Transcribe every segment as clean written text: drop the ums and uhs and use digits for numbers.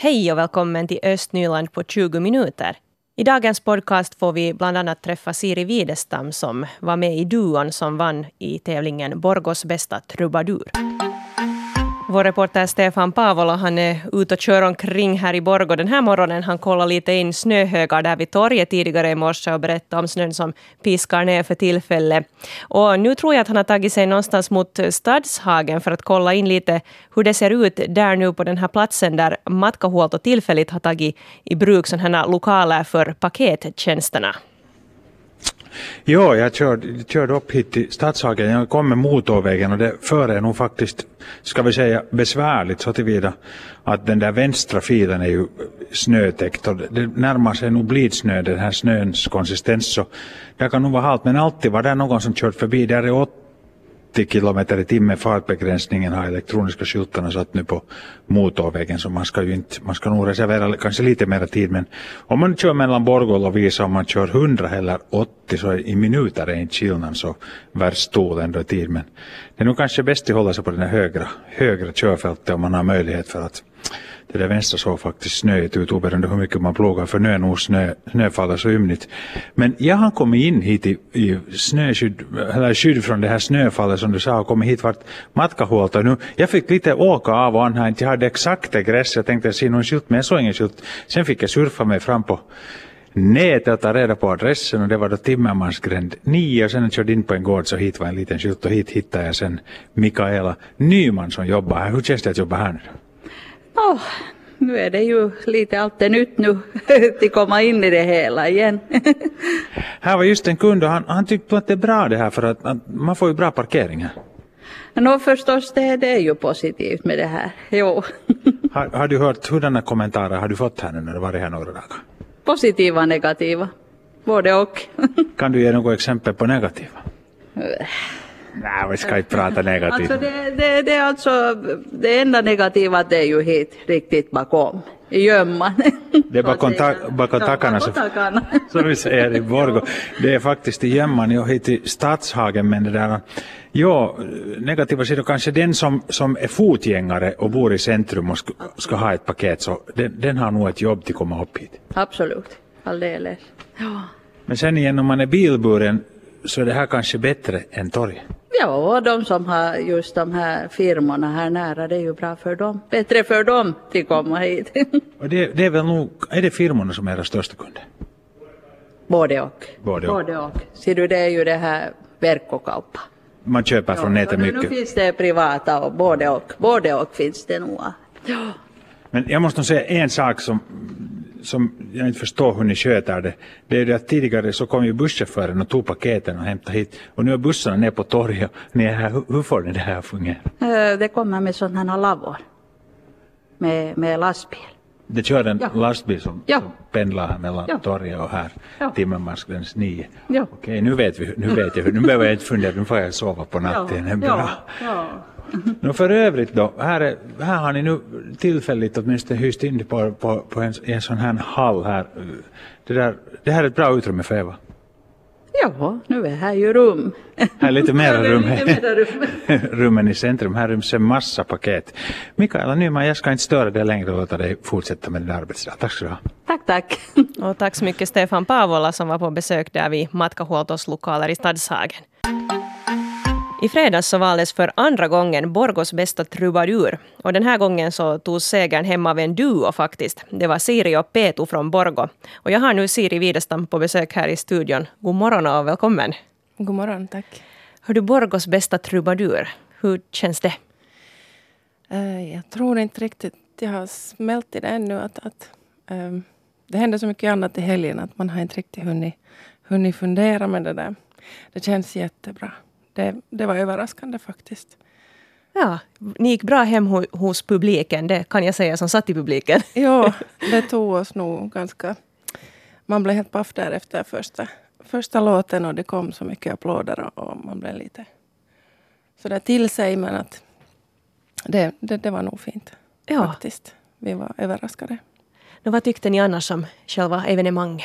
Hej och välkommen till Östnyland på 20 minuter. I dagens podcast får vi bland annat träffa Siri Widestam som var med i duon som vann i tävlingen Borgos bästa trubadur. Vår reporter Stefan Pavola, han är ute och kör omkring här i Borgå den här morgonen. Han kollar lite in snöhögar där vid torget tidigare i morse och berättade om snön som piskar ner för tillfället. Och nu tror jag att han har tagit sig någonstans mot Stadshagen för att kolla in lite hur det ser ut där nu på den här platsen där Matkahuolto tillfälligt har tagit i bruk sådana här lokaler för pakettjänsterna. Ja, jag körde upp hit till Stadshagen. Jag kom med motorvägen och det före är nog faktiskt, ska vi säga, besvärligt så tillvida att den där vänstra filen är ju snötäckt och det närmar sig nog blidsnö, den här snöns konsistens, så det kan nog vara halt, men alltid var det någon som kört förbi. Där är 80 kilometer i timmen fartbegränsningen, har elektroniska skyltarna satt nu på motorvägen, så man ska nog reservera kanske lite mer tid, men om man kör mellan Borgå och Lovisa, om man kör 100 eller 80 så i minuter är inte skillnaden så värst stor ändå i tid, men det är nog kanske bäst att hålla sig på den här högre körfältet om man har möjlighet, för att det där vänstra så faktiskt snöigt ut oberoende hur mycket man plågar, för nu är nog snöfallet så ymnigt. Men jag har kommit in hit i snöskydd, eller skydd från det här snöfallet som du sa, och kommit hit vart Matkahuolto. Nu, jag fick lite åka av och an här, jag hade exakt adress, jag tänkte se någon skylt, men jag såg ingen skylt. Sen fick jag surfa mig fram på nätet och ta reda på adressen, och det var då Timmermansgränd 9, och sen jag körde in på en gård, så hit var en liten skylt och hit hittade jag sen Mikaela Nyman som jobbar här. Hur känns det att jobba här nu då? Ja, nu är det ju lite allt är nytt nu till komma in i det hela igen. Här var just en kund och han tyckte att det är bra det här, för att man får ju bra parkering här. Nå förstås, det är ju positivt med det här. Jo. Har du hört hurdana kommentarer har du fått här nu när du varit här några dagar? Positiva, negativa. Både och. Kan du ge något exempel på negativa? Nej, vi ska inte prata negativt. Alltså det är alltså det enda negativa, det är ju hit riktigt bakom. I gömman. Det är bakom tackarna, så vi säger i Borgå. Det är faktiskt i gömman och hit i Stadshagen, men det där, ja, negativa sidor kanske den som är fotgängare och bor i centrum och ska ha ett paket, så den har nog ett jobb till att komma upp hit. Absolut, alldeles. Ja. Men sen igen, om man är bilburen så är det här kanske bättre än torg. Ja, och de som har just de här firmorna här nära, det är ju bra för dem. Bättre för dem till att komma hit. Och det är väl nog, är det firmorna som är era största kunder? Både och. Både och. Ser du, det är ju det här verkkokauppa. Man köper från nätet mycket. Nu finns det privata och både och finns det nog. Ja. Men jag måste nog säga en sak som jag inte förstår hur ni sköter det. Det är det att tidigare så kom ju busschauffören och tog paketen och hämtade hit. Och nu är bussarna ner på torget. Ni är här. Hur får ni det här att fungera? Det kommer med sådana här lavor. Med lastbil. Det kör en lastbil som pendlar här mellan torget och här. Timmermansgräns 9. Ja. Okej, nu vet jag. Nu behöver jag inte fundera. Nu får jag sova på natten. Ja. No, för övrigt då, här har ni nu tillfälligt åtminstone hyst in på en sån här hall här. Det här är ett bra utrymme för Eva. Ja, nu är här ju rum. Här är lite mera rum. Rummen i centrum. Här ryms en massa paket. Mikaela Nyman, jag ska inte störa dig längre och låta dig fortsätta med din arbetsdag. Tack ska du ha. Tack. Och tack så mycket Stefan Pavola som var på besök där vid Matkahuoltos lokaler i Stadshagen. I fredags så valdes för andra gången Borgos bästa trubadur. Och den här gången så tog segern hem av en duo faktiskt. Det var Siri och Petu från Borgå. Och jag har nu Siri Widestam på besök här i studion. God morgon och välkommen. God morgon, tack. Hör du Borgos bästa trubadur? Hur känns det? Jag tror inte riktigt jag har smält i det ännu. Att det händer så mycket annat i helgen att man har inte riktigt hunnit fundera med det där. Det känns jättebra. Det var överraskande faktiskt. Ja, ni gick bra hem hos publiken, det kan jag säga som satt i publiken. Ja, det tog oss nog ganska... Man blev helt paff där efter första låten och det kom så mycket applåder och man blev lite så där till sig, men att det var nog fint faktiskt. Vi var överraskade. Vad tyckte ni annars om själva evenemanget?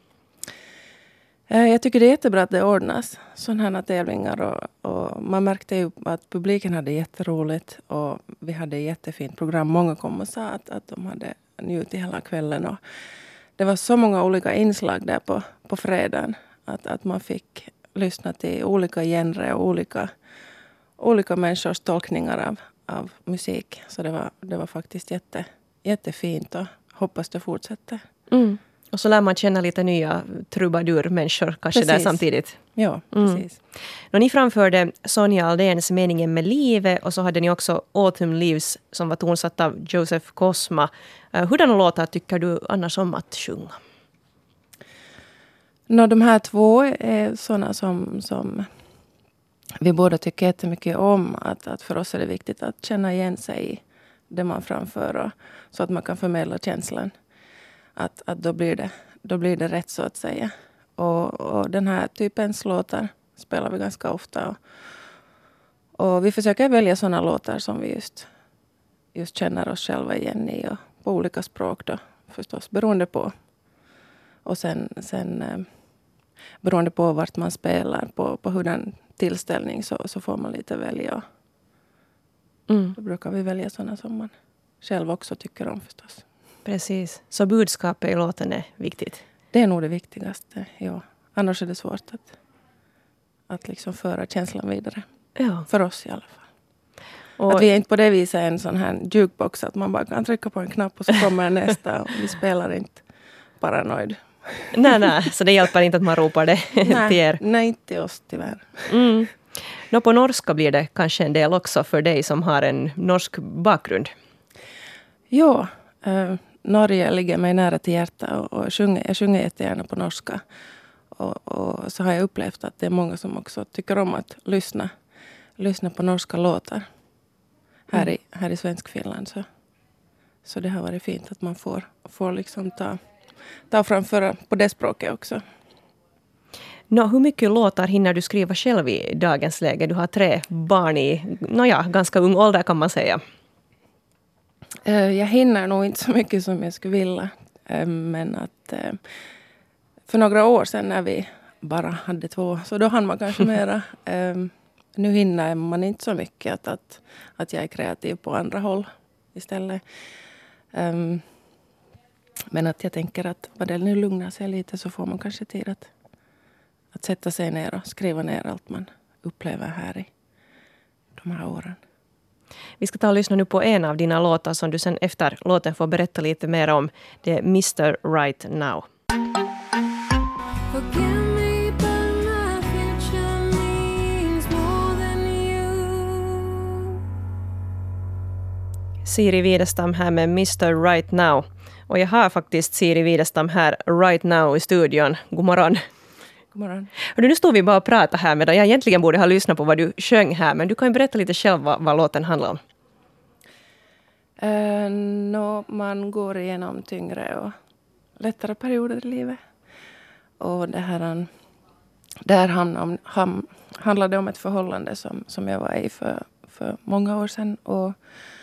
Jag tycker det är jättebra att det ordnas sådana här tävlingar och man märkte ju att publiken hade jätteroligt och vi hade jättefint program. Många kom och sa att de hade njutit hela kvällen. Och det var så många olika inslag där på fredagen. Att man fick lyssna till olika genrer och olika människors tolkningar av musik. Så det var faktiskt jättefint och hoppas det fortsätter. Mm. Och så lär man känna lite nya trubadurmänniskor kanske Precis. där samtidigt. Ja, precis. Ni framförde Sonja Aldéns Meningen med livet och så hade ni också Autumn Leaves som var tonsatt av Joseph Cosma. Hurdana låtar tycker du annars om att sjunga? De här två är sådana som vi båda tycker jättemycket om. Att för oss är det viktigt att känna igen sig i det man framför. Så att man kan förmedla känslan. Att då blir det rätt så att säga. Och den här typens låtar spelar vi ganska ofta. Och vi försöker välja sådana låtar som vi just känner oss själva igen i. Och på olika språk då förstås, beroende på. Och sen beroende på vart man spelar, på hur den tillställning så får man lite välja. Då brukar vi välja sådana som man själv också tycker om förstås. Precis. Så budskapet i låten är viktigt? Det är nog det viktigaste, ja. Annars är det svårt att liksom föra känslan vidare. Ja. För oss i alla fall. Och att vi är inte på det viset en sån här jukebox att man bara kan trycka på en knapp och så kommer nästa. Och vi spelar inte paranoid. Nej, så det hjälper inte att man ropar det till er? Nej, inte till oss tyvärr. På norska blir det kanske en del också för dig som har en norsk bakgrund. Ja, Norge ligger mig nära till hjärta och jag sjunger jättegärna på norska. Och så har jag upplevt att det är många som också tycker om att lyssna på norska låtar här i svensk Finland. Så det har varit fint att man får liksom ta framföra på det språket också. Hur mycket låtar hinner du skriva själv i dagens läge? Du har 3 barn i ganska ung ålder kan man säga. Jag hinner nog inte så mycket som jag skulle vilja. Men att för några år sedan när vi bara hade 2, så då hann man kanske mera. Nu hinner man inte så mycket att jag är kreativ på andra håll istället. Men att jag tänker att vad det nu lugnar sig lite så får man kanske tid att sätta sig ner och skriva ner allt man upplever här i de här åren. Vi ska ta och lyssna nu på en av dina låtar som du sen efter låten får berätta lite mer om. Det är Mr. Right Now. Siri Widestam här med Mr. Right Now. Och jag har faktiskt Siri Widestam här right now i studion. God morgon. God morgon. Nu står vi bara och pratar här medan jag egentligen borde ha lyssnat på vad du sjöng här. Men du kan ju berätta lite själv vad låten handlar om. Man går igenom tyngre och lättare perioder i livet. Och det här handlade om ett förhållande som jag var i för många år sedan. Och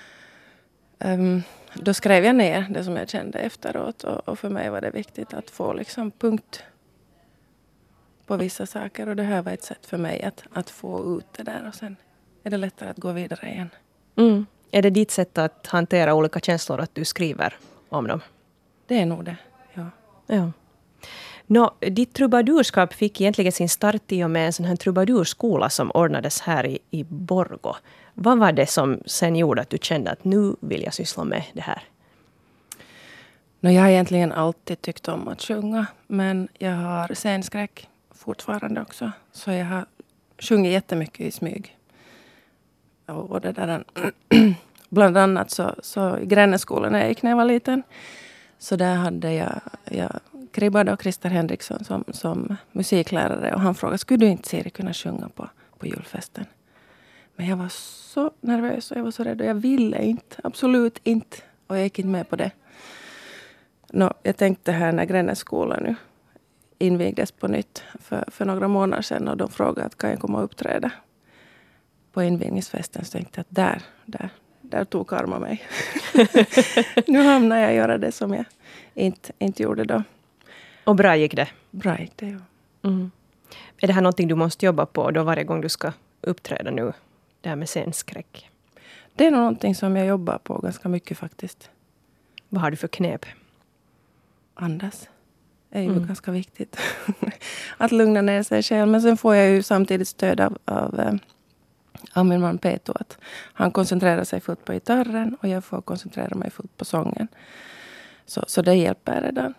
då skrev jag ner det som jag kände efteråt. Och för mig var det viktigt att få liksom punkt på vissa saker. Och det här var ett sätt för mig att få ut det där. Och sen är det lättare att gå vidare igen. Mm. Är det ditt sätt att hantera olika känslor att du skriver om dem? Det är nog det, ja. Ditt trubadurskap fick egentligen sin start i och med en sån här trubadurskola som ordnades här i Borgå. Vad var det som sen gjorde att du kände att nu vill jag syssla med det här? Jag har egentligen alltid tyckt om att sjunga. Men jag har scenskräck fortfarande också. Så jag har sjungit jättemycket i smyg. Och det där, bland annat så i Grännesskolan när jag gick när jag var liten. Så där hade jag kribbade och Christer Henriksson som musiklärare. Och han frågade, skulle du inte Siri kunna sjunga på julfesten? Men jag var så nervös och jag var så rädd. Och jag ville inte, absolut inte. Och jag gick inte med på det. Jag tänkte här när Grännesskolan nu invigdes på nytt för några månader sedan. Och de frågade att kan jag komma och uppträda på invigningsfesten. Så tänkte jag att där tog karma mig. Nu hamnar jag göra det som jag inte gjorde då. Och bra gick det? Bra gick det, ja. Mm. Är det här någonting du måste jobba på då varje gång du ska uppträda nu? Det här med scenskräck. Det är någonting som jag jobbar på ganska mycket faktiskt. Vad har du för knep? Andas är ju ganska viktigt. Att lugna ner sig själv. Men sen får jag ju samtidigt stöd av min man Peto. Att han koncentrerar sig fullt på gitarren och jag får koncentrera mig fullt på sången. Så det hjälper redan.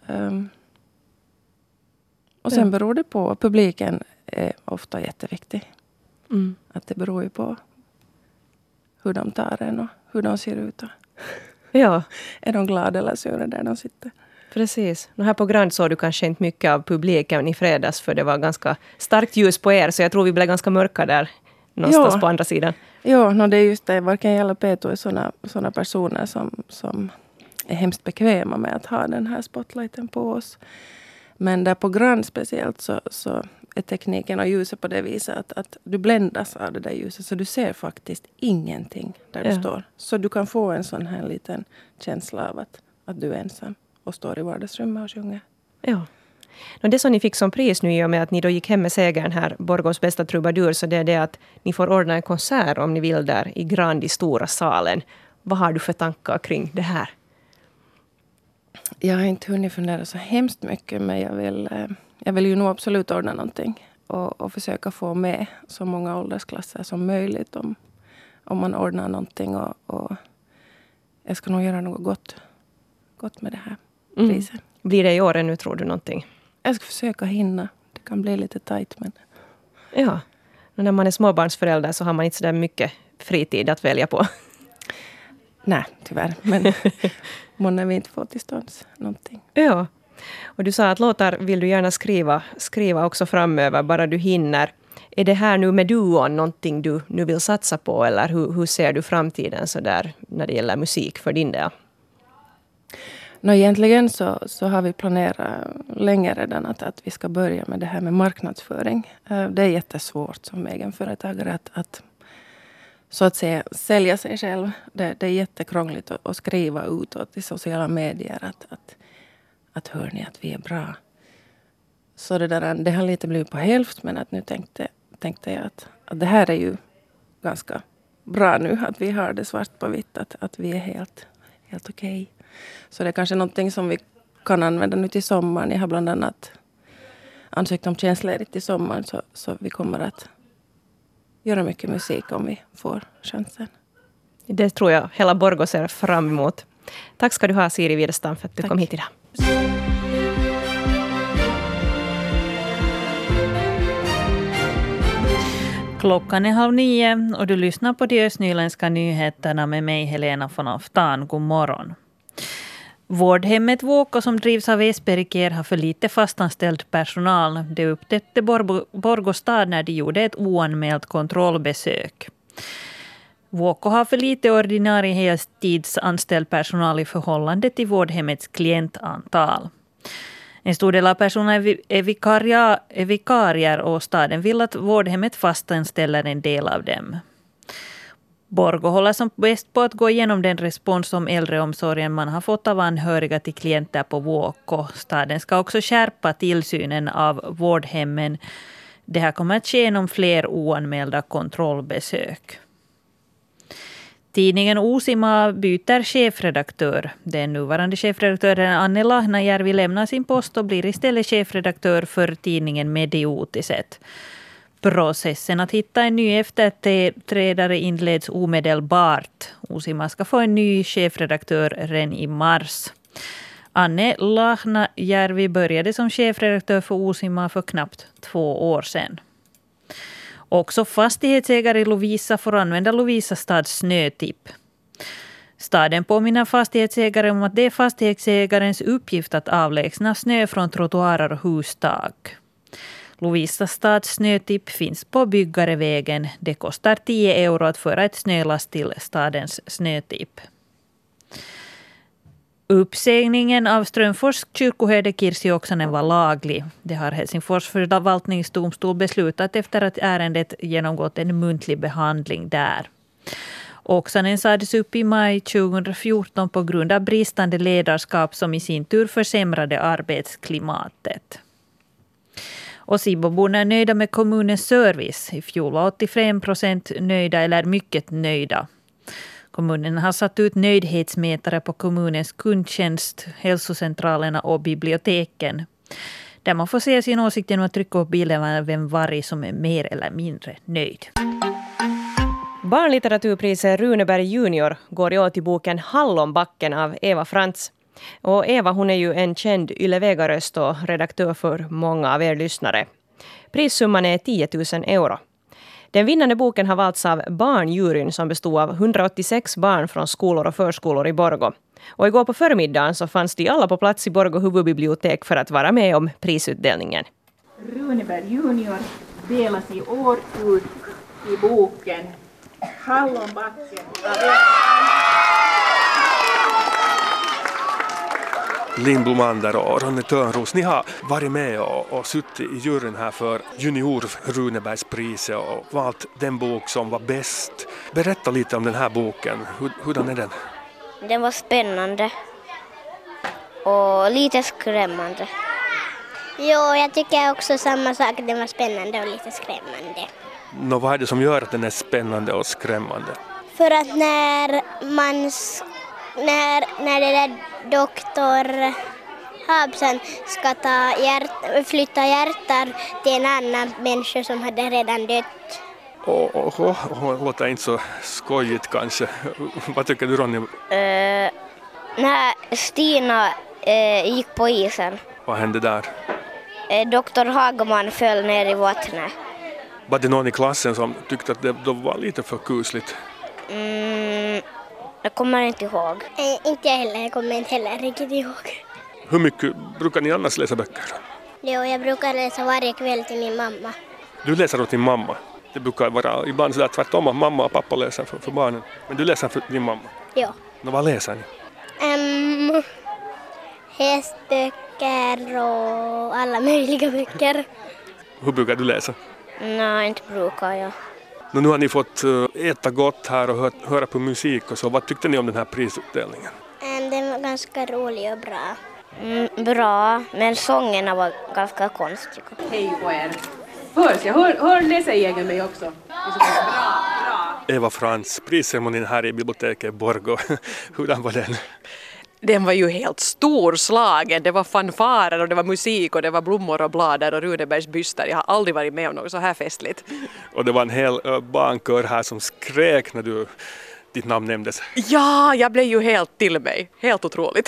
Och sen beror det på. Publiken är ofta jätteviktig. Att det beror ju på hur de tar en och hur de ser ut. Ja. Är de glada eller sura där de sitter? Precis. Och här på Grand såg du kanske inte mycket av publiken i fredags för det var ganska starkt ljus på er så jag tror vi blev ganska mörka där någonstans på andra sidan. Ja, det är just det. Varken jag eller Peto är såna personer som är hemskt bekväma med att ha den här spotlighten på oss. Men där på Grand speciellt så är tekniken och ljuset på det viset att du bländas av det där ljuset så du ser faktiskt ingenting där du står. Så du kan få en sån här liten känsla av att du är ensam och står i vardagsrummet och sjunger. Ja. Och det som ni fick som pris nu i och med att ni då gick hem med segern här, Borgos bästa trubadur, så det är det att ni får ordna en konsert om ni vill där i Grand i stora salen. Vad har du för tankar kring det här? Jag har inte hunnit fundera så hemskt mycket men jag vill ju nog absolut ordna någonting och försöka få med så många åldersklasser som möjligt om man ordnar någonting och jag ska nog göra något gott med det här priset. Blir det i år ännu, tror du, någonting? Jag ska försöka hinna. Det kan bli lite tajt men... Ja, och när man är småbarnsförälder så har man inte så där mycket fritid att välja på. Nej, tyvärr. Men månne vi inte får till stånds någonting. Ja, och du sa att låtar vill du gärna skriva också framöver, bara du hinner. Är det här nu med duon någonting du nu vill satsa på eller hur ser du framtiden så där när det gäller musik för din del? Egentligen så har vi planerat länge redan att vi ska börja med det här med marknadsföring. Det är jättesvårt som egenföretagare att så att säga sälja sig själv. Det är jättekrångligt att skriva utåt i sociala medier att hör ni att vi är bra. Så det har lite blivit på hälft men att nu tänkte jag att det här är ju ganska bra nu att vi har det svart på vitt att vi är helt okej. Så det är kanske någonting som vi kan använda nu till sommaren. Jag har bland annat ansökt om tjänstledigt till sommaren så vi kommer att göra mycket musik om vi får chansen. Det tror jag hela Borgå ser fram emot. Tack ska du ha, Siri Widestam, för att du kom hit idag. Klockan är 8:30 och du lyssnar på de östnyländska nyheterna med mig, Helena von Aftan. God morgon. Vårdhemmet Vuokko som drivs av Esperiker har för lite fastanställd personal. Det upptäckte Borgå stad när de gjorde ett oanmält kontrollbesök. Vuokko har för lite ordinarie heltidsanställd personal i förhållande till vårdhemmets klientantal. En stor del av personerna är vikarier och staden vill att vårdhemmet fastanställer en del av dem. Borgå håller som bäst på att gå igenom den respons om äldreomsorgen man har fått av anhöriga till klienter på Vuokko. Staden ska också skärpa tillsynen av vårdhemmen. Det här kommer att ske genom fler oanmälda kontrollbesök. Tidningen Uusimaa byter chefredaktör. Den nuvarande chefredaktören Anne Lahnajärvi lämnar sin post och blir istället chefredaktör för tidningen Mediuutiset. Processen att hitta en ny efterträdare inleds omedelbart. Uusimaa ska få en ny chefredaktör redan i mars. Anne Lahnajärvi började som chefredaktör för Uusimaa för knappt 2 år sedan. Också fastighetsägare i Lovisa får använda Lovisa stads snötipp. Staden påminner fastighetsägare om att det är fastighetsägarens uppgift att avlägsna snö från trottoarer och hustak. Lovisa stads snötipp finns på Byggarevägen. Det kostar 10 euro att föra ett snölast till stadens snötipp. Uppsägningen av Strömfors kyrkoherde Kirsi Oksanen var laglig. Det har Helsingfors förvaltningsdomstol beslutat efter att ärendet genomgått en muntlig behandling där. Oksanen sades upp i maj 2014 på grund av bristande ledarskap som i sin tur försämrade arbetsklimatet. Och Sibboborna är nöjda med kommunens service. I fjol var 85% nöjda eller mycket nöjda. Kommunen har satt ut nöjdhetsmätare på kommunens kundtjänst, hälsocentralerna och biblioteken. Där man får se sin åsikt genom att trycka upp bilden av vem varje som är mer eller mindre nöjd. Barnlitteraturpriset Runeberg Junior går i år till boken Hallonbacken av Eva Frantz. Och Eva, hon är ju en känd Yle Vega-röst och redaktör för många av er lyssnare. Prissumman är 10 000 euro. Den vinnande boken har valts av barnjuryn som bestod av 186 barn från skolor och förskolor i Borgå. Och igår på förmiddagen så fanns de alla på plats i Borgå huvudbibliotek för att vara med om prisutdelningen. Runeberg Junior delas i år ut i boken Hallonbacken. Linn Blomander och Ronny Törnros, ni har varit med och suttit i juryn här för junior Runebergspriset och valt den bok som var bäst. Berätta lite om den här boken. Hurdan är den? Den var spännande och lite skrämmande. Jo, jag tycker också samma sak. Den var spännande och lite skrämmande. Vad är det som gör att den är spännande och skrämmande? För att när det där doktor Habsen ska flytta hjärtan till en annan människa som hade redan dött. Det låter inte så skojigt kanske. Vad tycker du, Ronny? När Stina gick på isen. Vad hände där? Doktor Hagman föll ner i vattnet. Var det någon i klassen som tyckte att det var lite för kusligt? Jag kommer inte ihåg. Inte jag heller, jag kommer inte heller riktigt ihåg. Hur mycket brukar ni annars läsa böcker? Jo, jag brukar läsa varje kväll till min mamma. Du läser åt din mamma? Det brukar vara ibland sådär tvärtom att mamma och pappa läser för barnen. Men du läser för din mamma? Ja. Vad läser ni? Hästböcker och alla möjliga böcker. Hur brukar du läsa? Nej, inte brukar jag. Nu har ni fått äta gott här och höra på musik och så. Vad tyckte ni om den här prisutdelningen? Den var ganska rolig och bra. Bra, men sångerna var ganska konstiga. Hej på er. Hörs, jag hör läsargängen mig också. Bra. Eva Frantz, prisceremonin här i biblioteket Borgå. Hurdan var den? Den var ju helt storslagen. Det var fanfarer och det var musik och det var blommor och blader och Runebergs byster. Jag har aldrig varit med om något så här festligt. Och det var en hel barnkör här som skrek när ditt namn nämndes. Ja, jag blev ju helt till mig. Helt otroligt.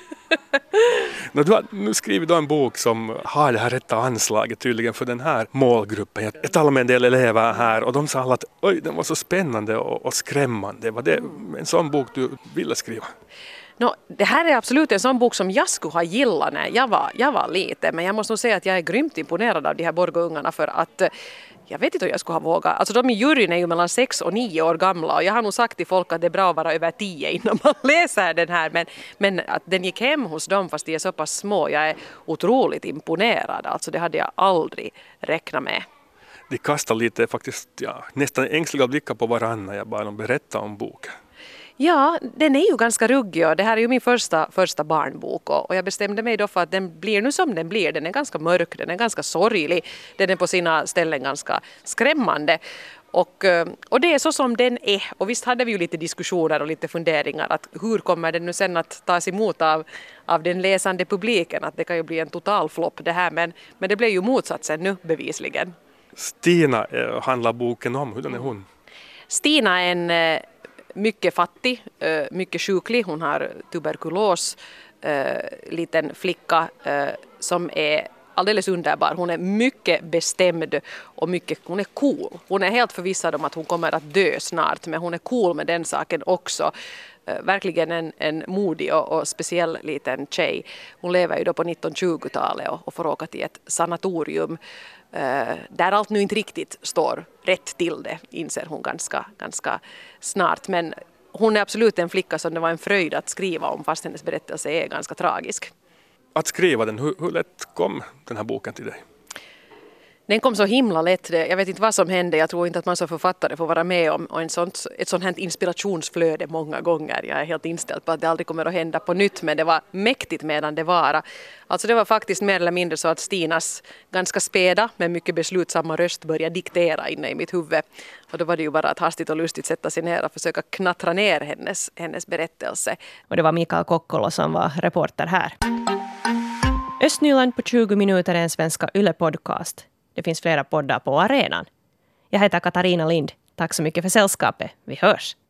Du har nu skrivit en bok som har det här rätta anslaget tydligen för den här målgruppen. Jag talade med en del elever här och de sa att oj, den var så spännande och skrämmande. Var det en sån bok du ville skriva? Det här är absolut en sån bok som jag skulle ha gillat när jag var liten. Men jag måste nog säga att jag är grymt imponerad av de här Borgå-ungarna för att jag vet inte hur jag skulle ha vågat. Alltså de i juryn är ju mellan 6 och 9 år gamla och jag har nog sagt till folk att det är bra att vara över 10 innan man läser den här. Men att den gick hem hos dem fast de är så pass små. Jag är otroligt imponerad. Alltså det hade jag aldrig räknat med. De kastar lite faktiskt nästan ängsliga blickar på varandra när jag bara berättar om boken. Ja, den är ju ganska ruggig och det här är ju min första barnbok och jag bestämde mig då för att den blir nu som den blir. Den är ganska mörk, den är ganska sorglig, den är på sina ställen ganska skrämmande och det är så som den är. Och visst hade vi ju lite diskussioner och lite funderingar att hur kommer den nu sen att tas emot av den läsande publiken, att det kan ju bli en total flopp det här men det blev ju motsatsen nu bevisligen. Stina handlar boken om, hur är hon? Stina är en mycket fattig, mycket sjuklig. Hon har tuberkulos, liten flicka som är alldeles underbar. Hon är mycket bestämd och hon är cool. Hon är helt förvissad om att hon kommer att dö snart, men hon är cool med den saken också. Verkligen en modig och speciell liten tjej. Hon lever ju då på 1920-talet och får åka till ett sanatorium där allt nu inte riktigt står rätt till det, inser hon ganska snart. Men hon är absolut en flicka som det var en fröjd att skriva om fast hennes berättelse är ganska tragisk. Att skriva den, hur lätt kom den här boken till dig? Den kom så himla lätt. Jag vet inte vad som hände. Jag tror inte att man som författare får vara med om ett sånt här inspirationsflöde många gånger. Jag är helt inställd på att det aldrig kommer att hända på nytt, men det var mäktigt medan det var. Alltså det var faktiskt mer eller mindre så att Stinas ganska späda men mycket beslutsamma röst började diktera inne i mitt huvud. Och då var det ju bara att hastigt och lustigt sätta sig ner och försöka knattra ner hennes berättelse. Och det var Mikael Kokkolo som var reporter här. Östnyland på 20 minuter är en svenska Yle-podcast. Det finns flera poddar på arenan. Jag heter Katarina Lind. Tack så mycket för sällskapet. Vi hörs!